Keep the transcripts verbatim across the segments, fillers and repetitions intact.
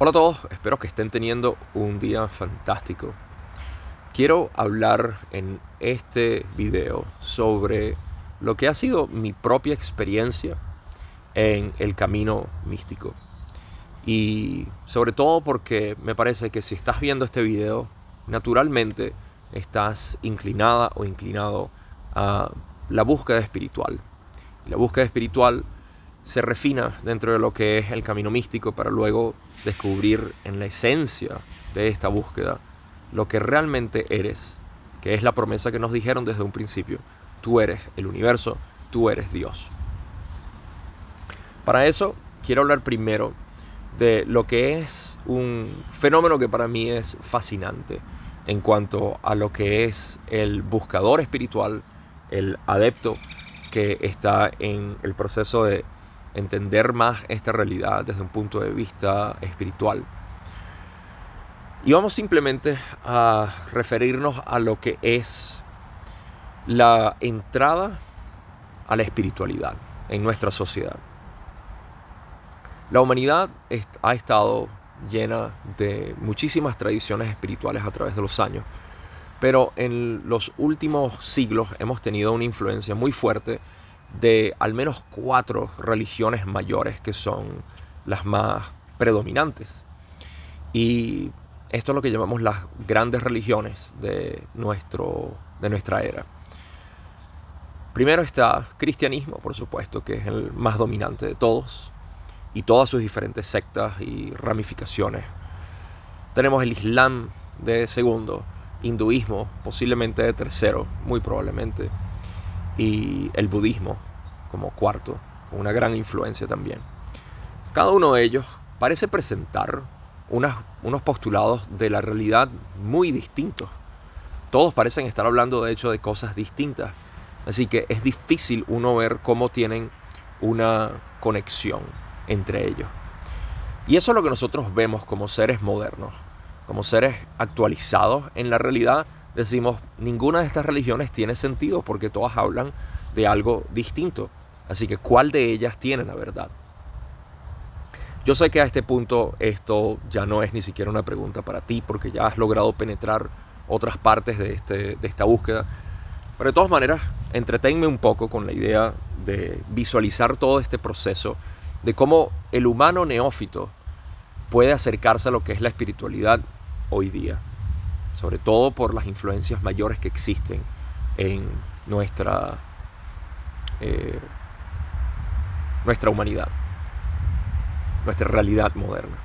Hola a todos, espero que estén teniendo un día fantástico. Quiero hablar en este video sobre lo que ha sido mi propia experiencia en el camino místico. Y sobre todo porque me parece que si estás viendo este video, naturalmente estás inclinada o inclinado a la búsqueda espiritual. Y la búsqueda espiritual se refina dentro de lo que es el camino místico para luego descubrir en la esencia de esta búsqueda lo que realmente eres, que es la promesa que nos dijeron desde un principio. Tú eres el universo, tú eres Dios. Para eso quiero hablar primero de lo que es un fenómeno que para mí es fascinante en cuanto a lo que es el buscador espiritual, el adepto que está en el proceso de entender más esta realidad desde un punto de vista espiritual. Y vamos simplemente a referirnos a lo que es la entrada a la espiritualidad en nuestra sociedad. La humanidad ha estado llena de muchísimas tradiciones espirituales a través de los años, pero en los últimos siglos hemos tenido una influencia muy fuerte de al menos cuatro religiones mayores que son las más predominantes. Y esto es lo que llamamos las grandes religiones de, nuestro, de nuestra era. Primero está cristianismo, por supuesto, que es el más dominante de todos, y todas sus diferentes sectas y ramificaciones. Tenemos el Islam de segundo, hinduismo posiblemente de tercero, muy probablemente, y el budismo como cuarto, con una gran influencia también. Cada uno de ellos parece presentar unas, unos postulados de la realidad muy distintos. Todos parecen estar hablando de hecho de cosas distintas, así que es difícil uno ver cómo tienen una conexión entre ellos. Y eso es lo que nosotros vemos como seres modernos, como seres actualizados en la realidad. Decimos, ninguna de estas religiones tiene sentido porque todas hablan de algo distinto. Así que, ¿cuál de ellas tiene la verdad? Yo sé que a este punto esto ya no es ni siquiera una pregunta para ti porque ya has logrado penetrar otras partes de, este, de esta búsqueda. Pero de todas maneras, entreténme un poco con la idea de visualizar todo este proceso de cómo el humano neófito puede acercarse a lo que es la espiritualidad hoy día, sobre todo por las influencias mayores que existen en nuestra, eh, nuestra humanidad, nuestra realidad moderna.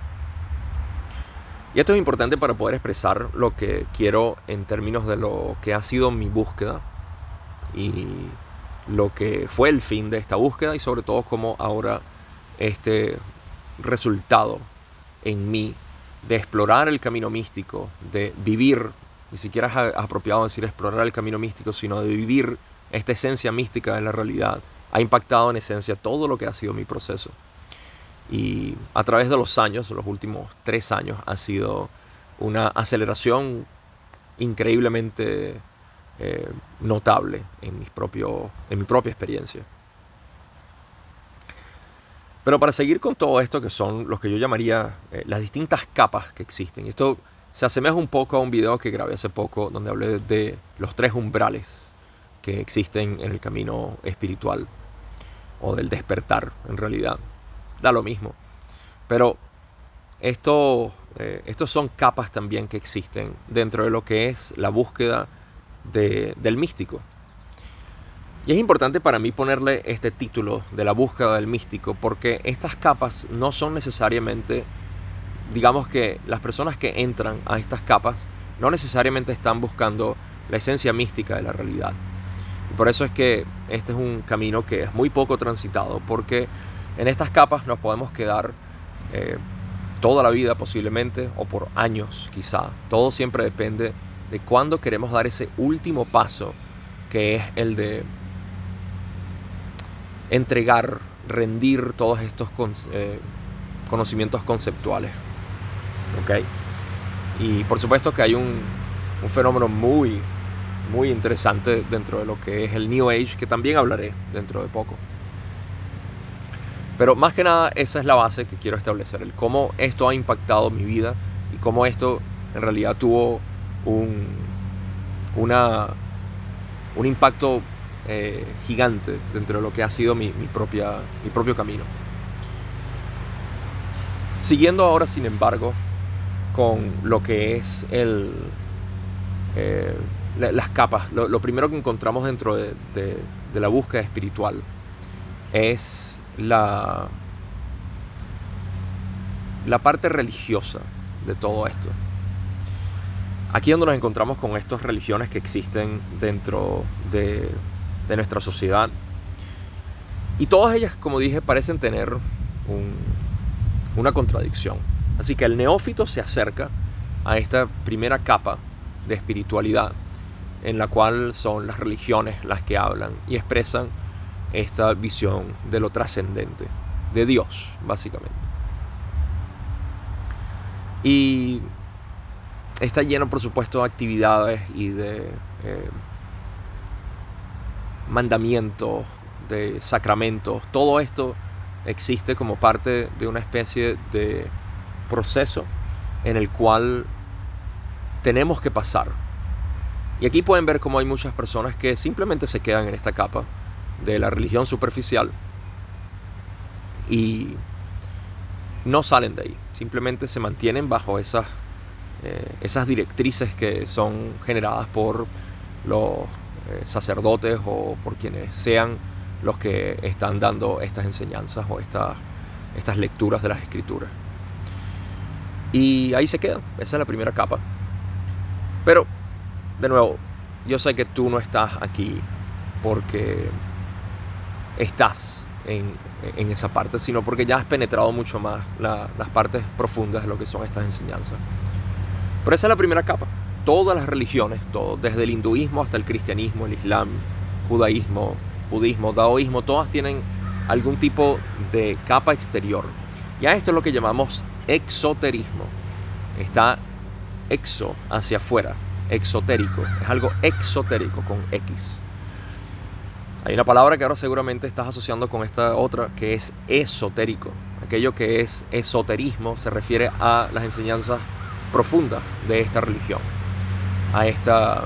Y esto es importante para poder expresar lo que quiero en términos de lo que ha sido mi búsqueda y lo que fue el fin de esta búsqueda, y sobre todo cómo ahora este resultado en mí de explorar el camino místico, de vivir, ni siquiera es apropiado decir explorar el camino místico, sino de vivir esta esencia mística de la realidad, ha impactado en esencia todo lo que ha sido mi proceso. Y a través de los años, los últimos tres años, ha sido una aceleración increíblemente eh, notable en, mis propio, en mi propia experiencia. Pero para seguir con todo esto, que son los que yo llamaría eh, las distintas capas que existen. Esto se asemeja un poco a un video que grabé hace poco donde hablé de los tres umbrales que existen en el camino espiritual o del despertar, en realidad. Da lo mismo. Pero esto, eh, estos son capas también que existen dentro de lo que es la búsqueda de, del místico. Y es importante para mí ponerle este título de la búsqueda del místico porque estas capas no son necesariamente, digamos que las personas que entran a estas capas no necesariamente están buscando la esencia mística de la realidad. Y por eso es que este es un camino que es muy poco transitado, porque en estas capas nos podemos quedar eh, toda la vida posiblemente, o por años quizá. Todo siempre depende de cuándo queremos dar ese último paso, que es el de entregar, rendir todos estos con, eh, conocimientos conceptuales. ¿Okay? Y por supuesto que hay un, un fenómeno muy, muy interesante dentro de lo que es el New Age, que también hablaré dentro de poco. Pero más que nada esa es la base que quiero establecer, el cómo esto ha impactado mi vida y cómo esto en realidad tuvo un, una, un impacto eh, gigante dentro de lo que ha sido mi, mi, propia, mi propio camino. Siguiendo ahora, sin embargo, con lo que es el, eh, las capas, lo, lo primero que encontramos dentro de, de, de la búsqueda espiritual es la, la parte religiosa de todo esto. Aquí es donde nos encontramos con estas religiones que existen dentro de, de nuestra sociedad. Y todas ellas, como dije, parecen tener un, una contradicción. Así que el neófito se acerca a esta primera capa de espiritualidad, en la cual son las religiones las que hablan y expresan esta visión de lo trascendente, de Dios, básicamente. Y está lleno, por supuesto, de actividades y de eh, mandamientos, de sacramentos. Todo esto existe como parte de una especie de proceso en el cual tenemos que pasar. Y aquí pueden ver cómo hay muchas personas que simplemente se quedan en esta capa de la religión superficial y no salen de ahí. Simplemente se mantienen bajo esas, eh, esas directrices que son generadas por los eh, sacerdotes o por quienes sean los que están dando estas enseñanzas o estas, estas lecturas de las escrituras. Y ahí se quedan. Esa es la primera capa. Pero, de nuevo, yo sé que tú no estás aquí porque estás en, en esa parte, sino porque ya has penetrado mucho más la, las partes profundas de lo que son estas enseñanzas. Pero esa es la primera capa. Todas las religiones, todo, desde el hinduismo hasta el cristianismo, el islam, judaísmo, budismo, taoísmo, todas tienen algún tipo de capa exterior. Y a esto es lo que llamamos exoterismo. Está exo, hacia afuera, exotérico. Es algo exotérico con X. Hay una palabra que ahora seguramente estás asociando con esta otra, que es esotérico. Aquello que es esoterismo se refiere a las enseñanzas profundas de esta religión, a esta,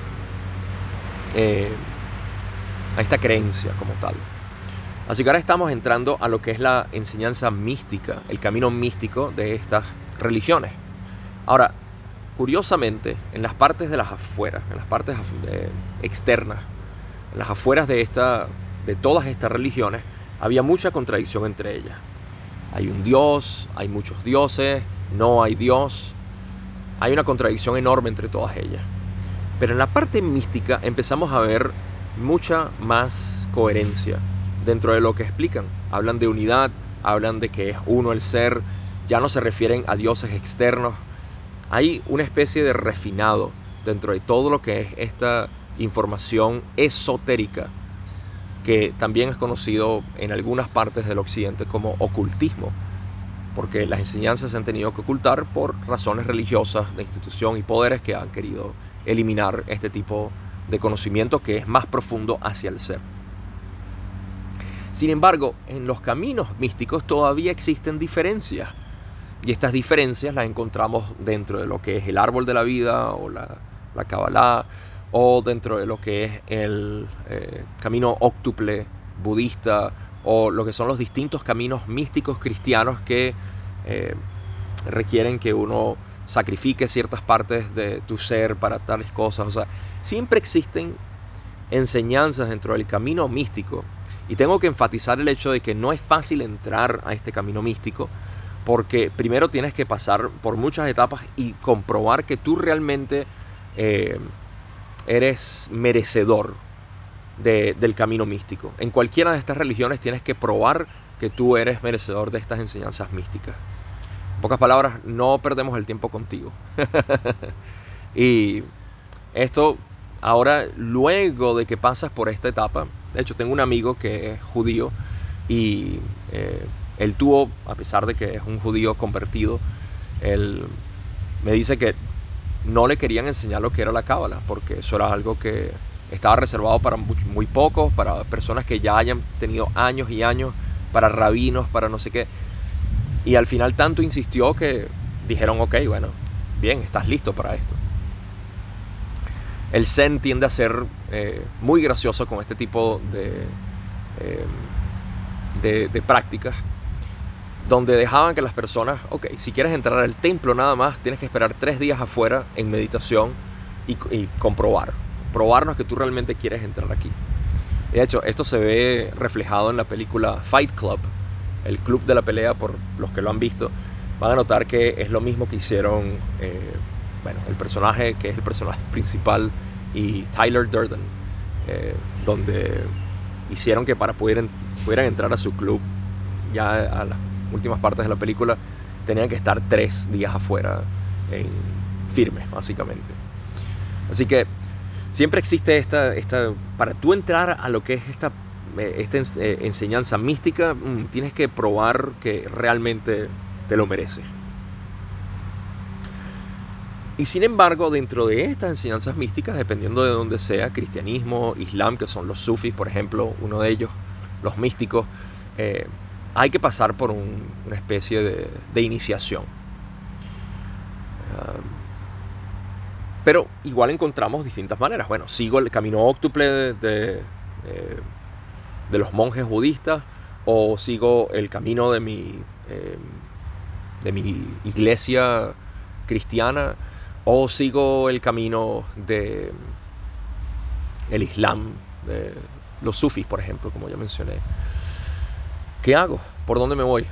eh, a esta creencia como tal. Así que ahora estamos entrando a lo que es la enseñanza mística, el camino místico de estas religiones. Ahora, curiosamente, en las partes de las afueras, en las partes eh, externas, en las afueras de, esta, de todas estas religiones, había mucha contradicción entre ellas. Hay un Dios, hay muchos dioses, no hay Dios. Hay una contradicción enorme entre todas ellas. Pero en la parte mística empezamos a ver mucha más coherencia dentro de lo que explican. Hablan de unidad, hablan de que es uno el ser, ya no se refieren a dioses externos. Hay una especie de refinado dentro de todo lo que es esta información esotérica, que también es conocido en algunas partes del occidente como ocultismo, porque las enseñanzas se han tenido que ocultar por razones religiosas de institución y poderes que han querido eliminar este tipo de conocimiento que es más profundo hacia el ser. Sin embargo, en los caminos místicos todavía existen diferencias, y estas diferencias las encontramos dentro de lo que es el árbol de la vida o la, la Kabbalah, o dentro de lo que es el eh, camino óctuple budista, o lo que son los distintos caminos místicos cristianos que eh, requieren que uno sacrifique ciertas partes de tu ser para tales cosas. O sea, siempre existen enseñanzas dentro del camino místico, y tengo que enfatizar el hecho de que no es fácil entrar a este camino místico, porque primero tienes que pasar por muchas etapas y comprobar que tú realmente eh, eres merecedor de, del camino místico. En cualquiera de estas religiones tienes que probar que tú eres merecedor de estas enseñanzas místicas. En pocas palabras, no perdemos el tiempo contigo. Y esto, ahora, luego de que pasas por esta etapa, de hecho tengo un amigo que es judío y eh, él tuvo, a pesar de que es un judío convertido, él me dice que no le querían enseñar lo que era la Cábala, porque eso era algo que estaba reservado para muy, muy pocos, para personas que ya hayan tenido años y años para rabinos, para no sé qué. Y al final tanto insistió que dijeron, ok, bueno, bien, estás listo para esto. El Zen tiende a ser eh, muy gracioso con este tipo de, eh, de, de prácticas, donde dejaban que las personas, ok, si quieres entrar al templo nada más, tienes que esperar tres días afuera en meditación y, y comprobar, probarnos que tú realmente quieres entrar aquí. De hecho, esto se ve reflejado en la película Fight Club, el club de la pelea. Por los que lo han visto, van a notar que es lo mismo que hicieron, eh, bueno, el personaje que es el personaje principal y Tyler Durden, eh, donde hicieron que para poder, pudieran entrar a su club, ya a las últimas partes de la película, tenían que estar tres días afuera, en firme, básicamente. Así que siempre existe esta, esta, para tú entrar a lo que es esta, esta enseñanza mística, tienes que probar que realmente te lo mereces. Y sin embargo, dentro de estas enseñanzas místicas, dependiendo de dónde sea, cristianismo, islam, que son los sufis, por ejemplo, uno de ellos, los místicos, eh, hay que pasar por un, una especie de, de iniciación. Uh, pero igual encontramos distintas maneras. Bueno, sigo el camino óctuple de, de, eh, de los monjes budistas, o sigo el camino de mi, eh, de mi iglesia cristiana, o sigo el camino de el islam, de los sufis, por ejemplo, como ya mencioné. ¿Qué hago? ¿Por dónde me voy?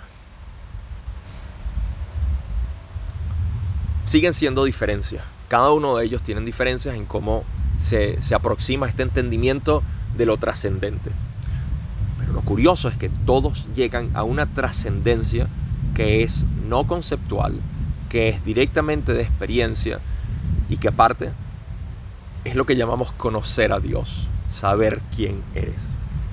Siguen siendo diferencias. Cada uno de ellos tienen diferencias en cómo se, se aproxima este entendimiento de lo trascendente. Pero lo curioso es que todos llegan a una trascendencia que es no conceptual, que es directamente de experiencia y que aparte es lo que llamamos conocer a Dios, saber quién eres.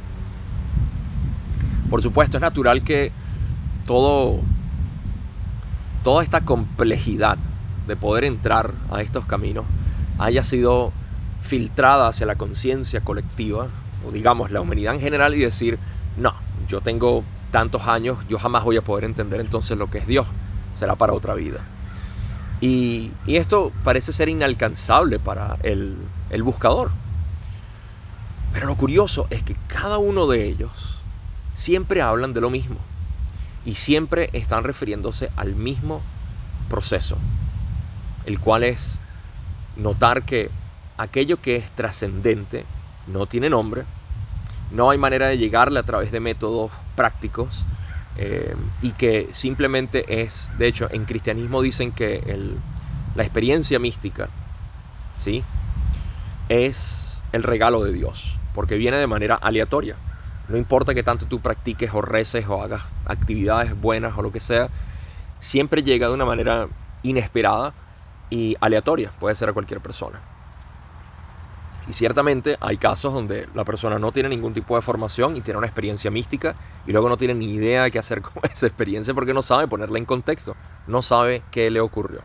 Por supuesto, es natural que todo, toda esta complejidad de poder entrar a estos caminos haya sido filtrada hacia la conciencia colectiva, o digamos la humanidad en general, y decir, no, yo tengo tantos años, yo jamás voy a poder entender entonces lo que es Dios, será para otra vida. Y, y esto parece ser inalcanzable para el, el buscador. Pero lo curioso es que cada uno de ellos siempre hablan de lo mismo y siempre están refiriéndose al mismo proceso, el cual es notar que aquello que es trascendente no tiene nombre, no hay manera de llegarle a través de métodos prácticos, eh, y que simplemente es, de hecho, en cristianismo dicen que el, la experiencia mística, ¿sí?, es el regalo de Dios, porque viene de manera aleatoria. No importa que tanto tú practiques o reces o hagas actividades buenas o lo que sea, siempre llega de una manera inesperada y aleatoria, puede ser a cualquier persona. Y ciertamente hay casos donde la persona no tiene ningún tipo de formación y tiene una experiencia mística y luego no tiene ni idea de qué hacer con esa experiencia porque no sabe ponerla en contexto, no sabe qué le ocurrió.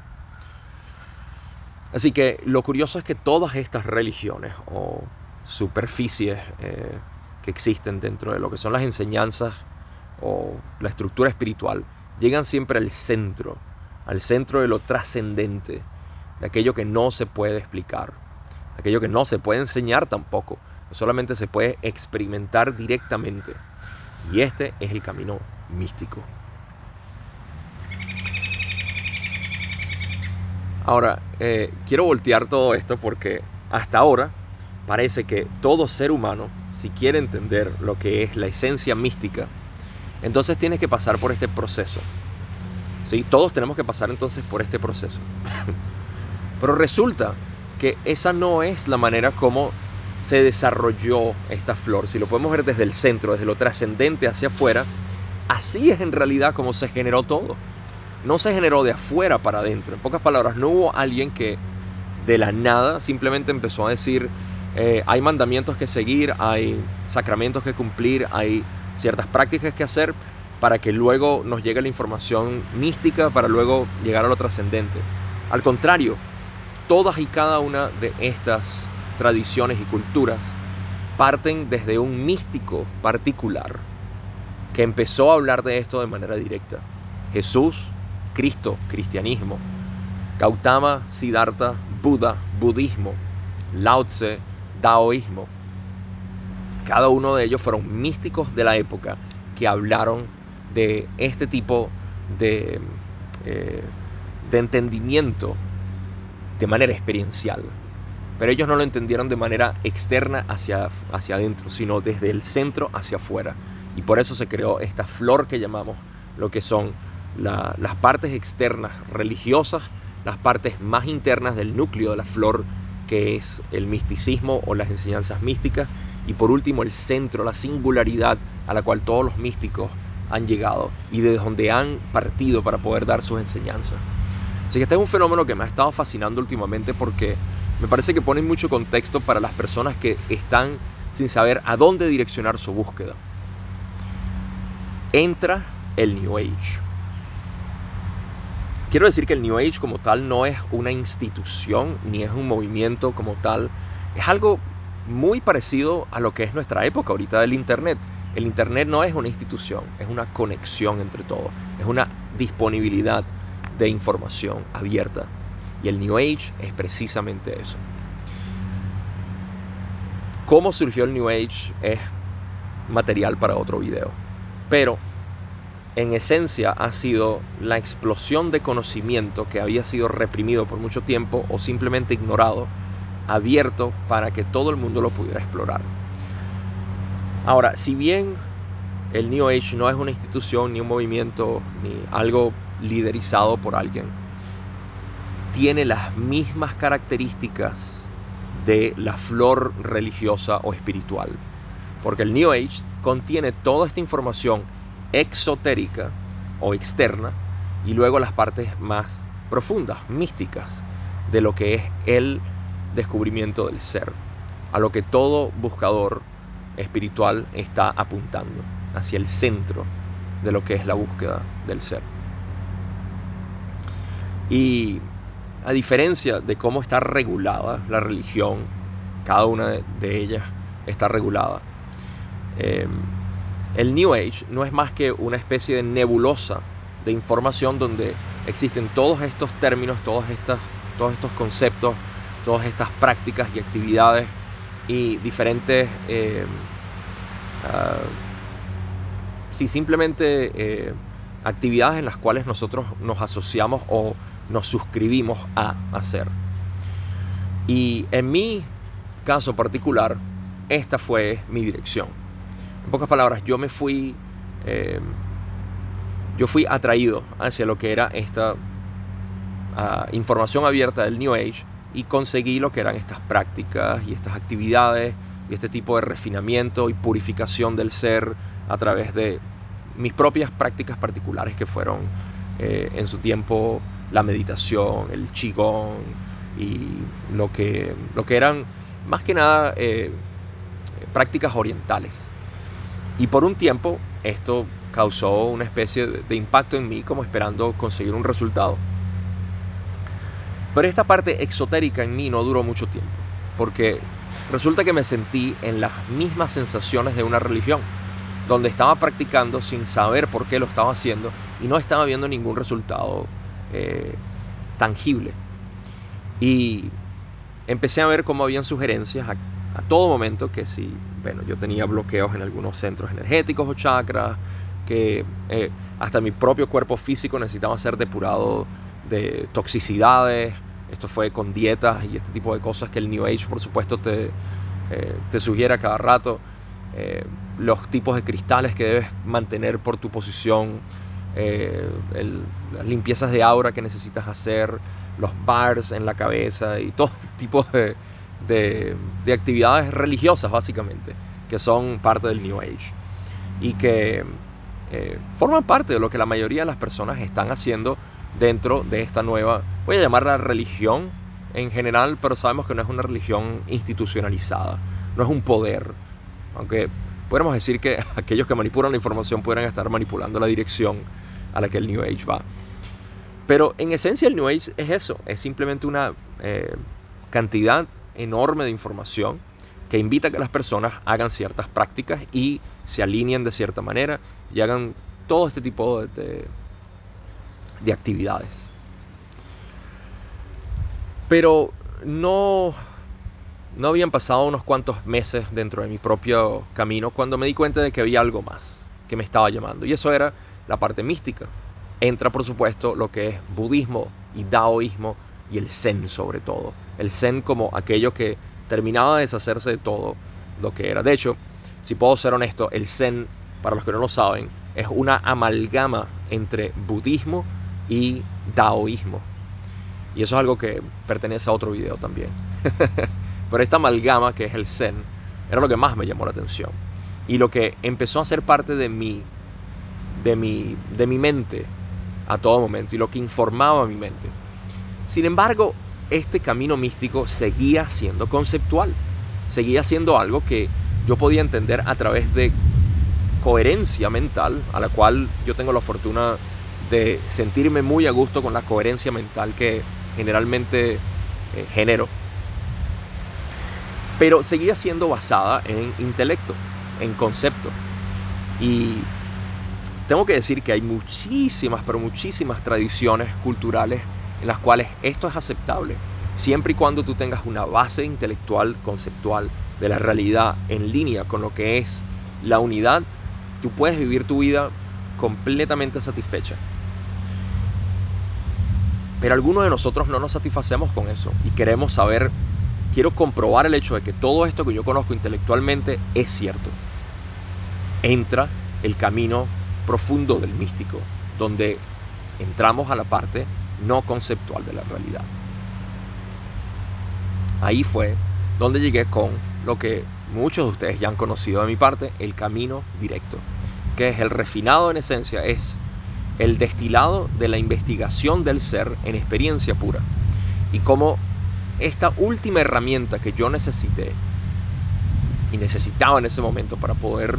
Así que lo curioso es que todas estas religiones o superficies eh, que existen dentro de lo que son las enseñanzas o la estructura espiritual llegan siempre al centro, al centro de lo trascendente, de aquello que no se puede explicar, aquello que no se puede enseñar tampoco, solamente se puede experimentar directamente. Y este es el camino místico. Ahora, eh, quiero voltear todo esto porque hasta ahora parece que todo ser humano, si quiere entender lo que es la esencia mística, entonces tiene que pasar por este proceso. ¿Sí? Todos tenemos que pasar entonces por este proceso. Pero resulta que esa no es la manera como se desarrolló esta flor. Si lo podemos ver desde el centro, desde lo trascendente hacia afuera, así es en realidad como se generó todo. No se generó de afuera para adentro. En pocas palabras, no hubo alguien que de la nada simplemente empezó a decir, eh, hay mandamientos que seguir, hay sacramentos que cumplir, hay ciertas prácticas que hacer para que luego nos llegue la información mística, para luego llegar a lo trascendente. Al contrario, todas y cada una de estas tradiciones y culturas parten desde un místico particular que empezó a hablar de esto de manera directa. Jesús, Cristo, cristianismo. Gautama, Siddhartha, Buda, budismo. Lao Tse, daoísmo. Cada uno de ellos fueron místicos de la época que hablaron de este tipo de, eh, de entendimiento de manera experiencial. Pero ellos no lo entendieron de manera externa hacia, hacia adentro, sino desde el centro hacia afuera. Y por eso se creó esta flor que llamamos lo que son la, las partes externas religiosas, las partes más internas del núcleo de la flor, que es el misticismo o las enseñanzas místicas, y por último el centro, la singularidad a la cual todos los místicos han llegado y de donde han partido para poder dar sus enseñanzas. Así que este es un fenómeno que me ha estado fascinando últimamente porque me parece que pone mucho contexto para las personas que están sin saber a dónde direccionar su búsqueda. Entra el New Age. Quiero decir que el New Age como tal no es una institución ni es un movimiento como tal. Es algo muy parecido a lo que es nuestra época ahorita del Internet. El Internet no es una institución, es una conexión entre todos. Es una disponibilidad de información abierta. Y el New Age es precisamente eso. ¿Cómo surgió el New Age? Es material para otro video. Pero en esencia ha sido la explosión de conocimiento que había sido reprimido por mucho tiempo o simplemente ignorado, abierto para que todo el mundo lo pudiera explorar. Ahora, si bien el New Age no es una institución, ni un movimiento, ni algo liderizado por alguien, tiene las mismas características de la flor religiosa o espiritual. Porque el New Age contiene toda esta información exotérica o externa y luego las partes más profundas, místicas, de lo que es el descubrimiento del ser, a lo que todo buscador espiritual está apuntando, hacia el centro de lo que es la búsqueda del ser. Y a diferencia de cómo está regulada la religión, cada una de ellas está regulada, eh, el New Age no es más que una especie de nebulosa de información donde existen todos estos términos, todas estas, todos estos conceptos, todas estas prácticas y actividades y diferentes, eh, uh, sí, simplemente eh, actividades en las cuales nosotros nos asociamos o nos suscribimos a hacer. Y en mi caso particular, esta fue mi dirección. En pocas palabras, yo me fui, eh, yo fui atraído hacia lo que era esta uh, información abierta del New Age y conseguí lo que eran estas prácticas y estas actividades y este tipo de refinamiento y purificación del ser a través de mis propias prácticas particulares que fueron eh, en su tiempo la meditación, el qigong y lo que, lo que eran más que nada eh, prácticas orientales. Y por un tiempo esto causó una especie de, de impacto en mí, como esperando conseguir un resultado. Pero esta parte exotérica en mí no duró mucho tiempo, porque resulta que me sentí en las mismas sensaciones de una religión, donde estaba practicando sin saber por qué lo estaba haciendo y no estaba viendo ningún resultado eh, tangible. Y empecé a ver cómo habían sugerencias a, a todo momento que si, bueno, yo tenía bloqueos en algunos centros energéticos o chakras, que eh, hasta mi propio cuerpo físico necesitaba ser depurado de toxicidades. Esto fue con dietas y este tipo de cosas que el New Age, por supuesto, te, eh, te sugiere a cada rato. Eh, los tipos de cristales que debes mantener por tu posición, eh, el, las limpiezas de aura que necesitas hacer, los bars en la cabeza y todo tipo de, de, de actividades religiosas, básicamente, que son parte del New Age y que eh, forman parte de lo que la mayoría de las personas están haciendo dentro de esta nueva, voy a llamarla religión en general, pero sabemos que no es una religión institucionalizada, no es un poder, aunque podríamos decir que aquellos que manipulan la información podrían estar manipulando la dirección a la que el New Age va. Pero en esencia el New Age es eso, es simplemente una eh, cantidad enorme de información que invita a que las personas hagan ciertas prácticas y se alineen de cierta manera y hagan todo este tipo de, de, de actividades. Pero no, no habían pasado unos cuantos meses dentro de mi propio camino cuando me di cuenta de que había algo más que me estaba llamando. Y eso era la parte mística. Entra, por supuesto, lo que es budismo y daoísmo y el zen sobre todo. El zen como aquello que terminaba de deshacerse de todo lo que era. De hecho, si puedo ser honesto, el zen, para los que no lo saben, es una amalgama entre budismo y daoísmo. Y eso es algo que pertenece a otro video también. Pero esta amalgama, que es el zen, era lo que más me llamó la atención. Y lo que empezó a ser parte de mi, de mi, de mi mente a todo momento y lo que informaba mi mente. Sin embargo, este camino místico seguía siendo conceptual. Seguía siendo algo que yo podía entender a través de coherencia mental, a la cual yo tengo la fortuna de sentirme muy a gusto con la coherencia mental que generalmente eh, genero. Pero seguía siendo basada en intelecto, en concepto. Y tengo que decir que hay muchísimas, pero muchísimas tradiciones culturales en las cuales esto es aceptable, siempre y cuando tú tengas una base intelectual, conceptual de la realidad en línea con lo que es la unidad. Tú puedes vivir tu vida completamente satisfecha. Pero algunos de nosotros no nos satisfacemos con eso y queremos saber, quiero comprobar el hecho de que todo esto que yo conozco intelectualmente es cierto. Entra el camino profundo del místico, donde entramos a la parte no conceptual de la realidad. Ahí fue donde llegué con lo que muchos de ustedes ya han conocido de mi parte, el camino directo, que es el refinado en esencia, es el destilado de la investigación del ser en experiencia pura. Y como esta última herramienta que yo necesité y necesitaba en ese momento para poder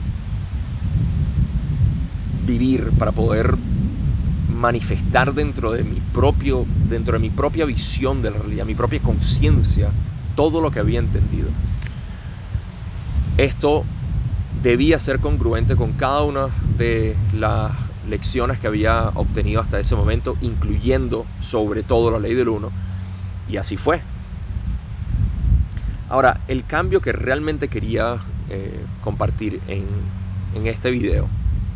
vivir, para poder manifestar dentro de mi propio, dentro de mi propia visión de la realidad, mi propia conciencia, todo lo que había entendido. Esto debía ser congruente con cada una de las lecciones que había obtenido hasta ese momento, incluyendo sobre todo la ley del uno, y así fue. Ahora, el cambio que realmente quería eh, compartir en, en este video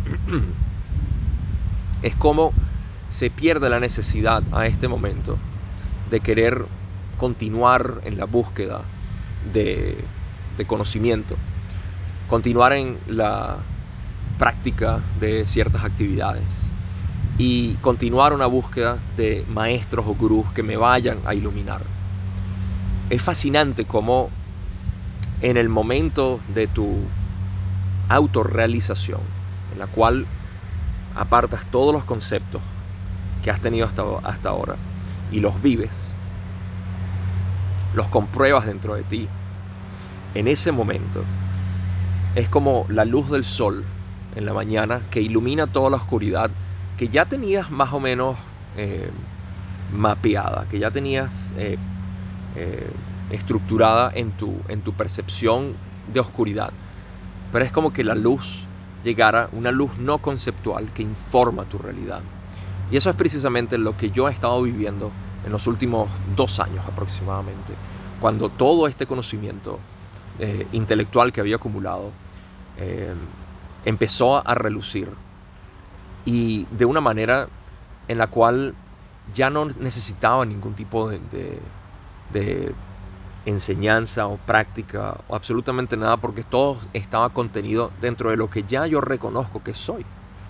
es cómo se pierde la necesidad a este momento de querer continuar en la búsqueda de, de conocimiento, continuar en la práctica de ciertas actividades y continuar una búsqueda de maestros o gurús que me vayan a iluminar. Es fascinante cómo en el momento de tu autorrealización, en la cual apartas todos los conceptos que has tenido hasta, hasta ahora y los vives, los compruebas dentro de ti, en ese momento es como la luz del sol en la mañana que ilumina toda la oscuridad que ya tenías más o menos eh, mapeada, que ya tenías eh, eh, estructurada en tu, en tu percepción de oscuridad. Pero es como que la luz llegara, una luz no conceptual que informa tu realidad. Y eso es precisamente lo que yo he estado viviendo en los últimos dos años aproximadamente, cuando todo este conocimiento eh, intelectual que había acumulado eh, empezó a relucir, y de una manera en la cual ya no necesitaba ningún tipo de, de, de enseñanza o práctica o absolutamente nada, porque todo estaba contenido dentro de lo que ya yo reconozco que soy.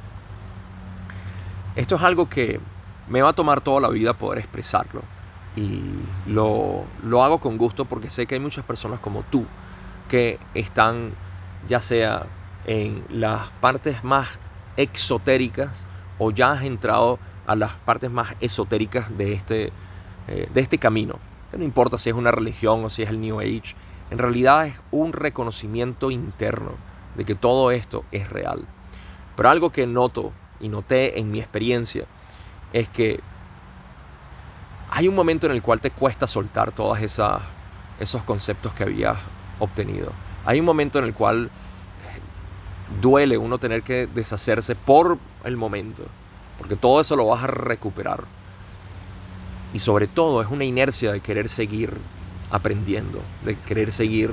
Esto es algo que me va a tomar toda la vida poder expresarlo, y lo, lo hago con gusto porque sé que hay muchas personas como tú que están ya sea en las partes más exotéricas o ya has entrado a las partes más esotéricas de este, eh, de este camino. Que no importa si es una religión o si es el New Age, en realidad es un reconocimiento interno de que todo esto es real. Pero algo que noto y noté en mi experiencia es que hay un momento en el cual te cuesta soltar todos esos conceptos que habías obtenido. Hay un momento en el cual duele uno tener que deshacerse por el momento, porque todo eso lo vas a recuperar. Y sobre todo es una inercia de querer seguir aprendiendo, de querer seguir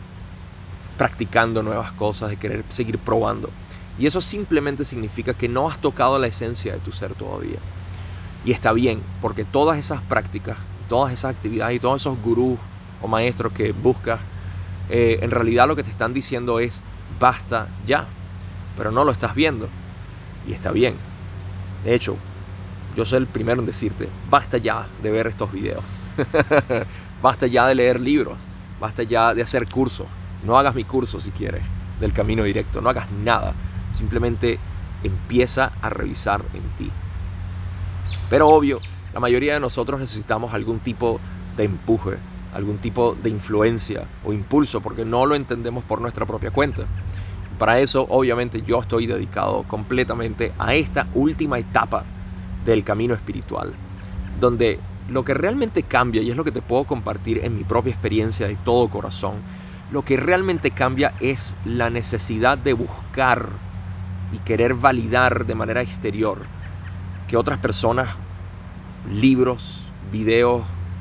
practicando nuevas cosas, de querer seguir probando. Y eso simplemente significa que no has tocado la esencia de tu ser todavía. Y está bien, porque todas esas prácticas, todas esas actividades y todos esos gurús o maestros que buscas, eh, en realidad lo que te están diciendo es basta ya, pero no lo estás viendo. Y está bien. De hecho, yo soy el primero en decirte, basta ya de ver estos videos. Basta ya de leer libros. Basta ya de hacer cursos. No hagas mi curso si quieres, del camino directo. No hagas nada. Simplemente empieza a revisar en ti. Pero obvio, la mayoría de nosotros necesitamos algún tipo de empuje, algún tipo de influencia o impulso, porque no lo entendemos por nuestra propia cuenta. Para eso, obviamente, yo estoy dedicado completamente a esta última etapa del camino espiritual, donde lo que realmente cambia, y es lo que te puedo compartir en mi propia experiencia de todo corazón, lo que realmente cambia es la necesidad de buscar y querer validar de manera exterior que otras personas, libros, videos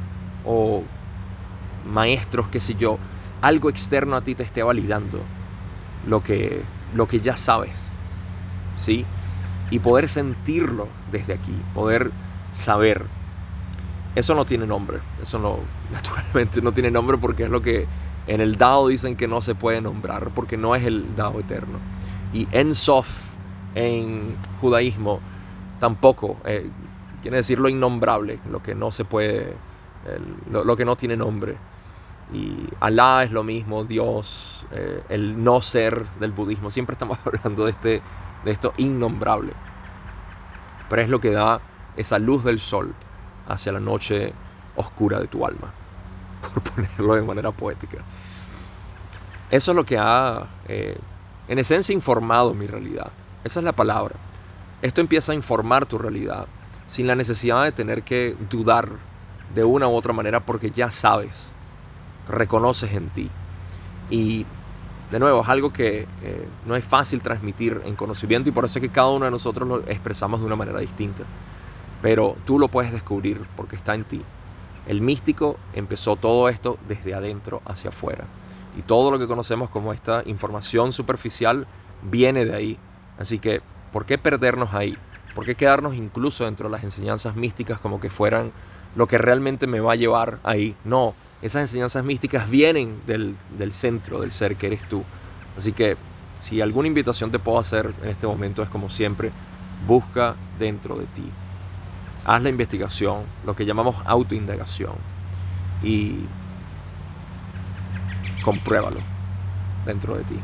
o maestros, qué sé yo, algo externo a ti te esté validando lo que, lo que ya sabes, ¿sí? Y poder sentirlo desde aquí, poder saber. Eso no tiene nombre, eso no, naturalmente no tiene nombre, porque es lo que en el Dao dicen que no se puede nombrar, porque no es el Dao eterno. Y En Sof en judaísmo tampoco, eh, quiere decir lo innombrable, lo que no se puede, el, lo, lo que no tiene nombre. Y Alá es lo mismo, Dios, eh, el no ser del budismo. Siempre estamos hablando de, este, de esto innombrable. Pero es lo que da esa luz del sol hacia la noche oscura de tu alma, por ponerlo de manera poética. Eso es lo que ha, eh, en esencia, informado mi realidad. Esa es la palabra. Esto empieza a informar tu realidad sin la necesidad de tener que dudar de una u otra manera, porque ya sabes, reconoces en ti. Y de nuevo, es algo que eh, no es fácil transmitir en conocimiento, y por eso es que cada uno de nosotros lo expresamos de una manera distinta. Pero tú lo puedes descubrir porque está en ti. El místico empezó todo esto desde adentro hacia afuera. Y todo lo que conocemos como esta información superficial viene de ahí. Así que, ¿por qué perdernos ahí? ¿Por qué quedarnos incluso dentro de las enseñanzas místicas como que fueran lo que realmente me va a llevar ahí? No, esas enseñanzas místicas vienen del, del centro del ser que eres tú. Así que, si alguna invitación te puedo hacer en este momento, es como siempre, busca dentro de ti. Haz la investigación, lo que llamamos autoindagación, y compruébalo dentro de ti.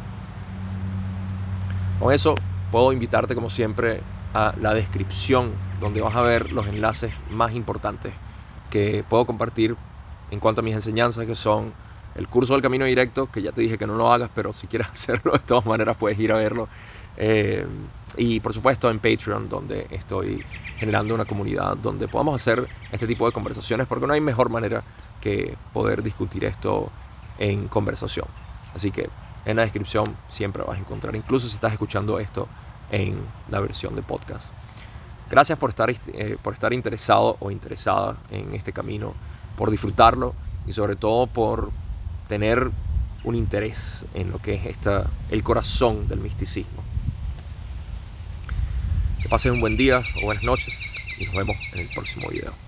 Con eso puedo invitarte, como siempre, a la descripción, donde vas a ver los enlaces más importantes que puedo compartir en cuanto a mis enseñanzas, que son el curso del Camino Directo, que ya te dije que no lo hagas, pero si quieres hacerlo, de todas maneras puedes ir a verlo. Eh, y por supuesto en Patreon, donde estoy generando una comunidad donde podamos hacer este tipo de conversaciones, porque no hay mejor manera que poder discutir esto en conversación. Así que en la descripción siempre vas a encontrar, incluso si estás escuchando esto en la versión de podcast. Gracias por estar, eh, por estar interesado o interesada en este camino, por disfrutarlo y sobre todo por tener un interés en lo que es esta, el corazón del misticismo. Que pases un buen día o buenas noches y nos vemos en el próximo video.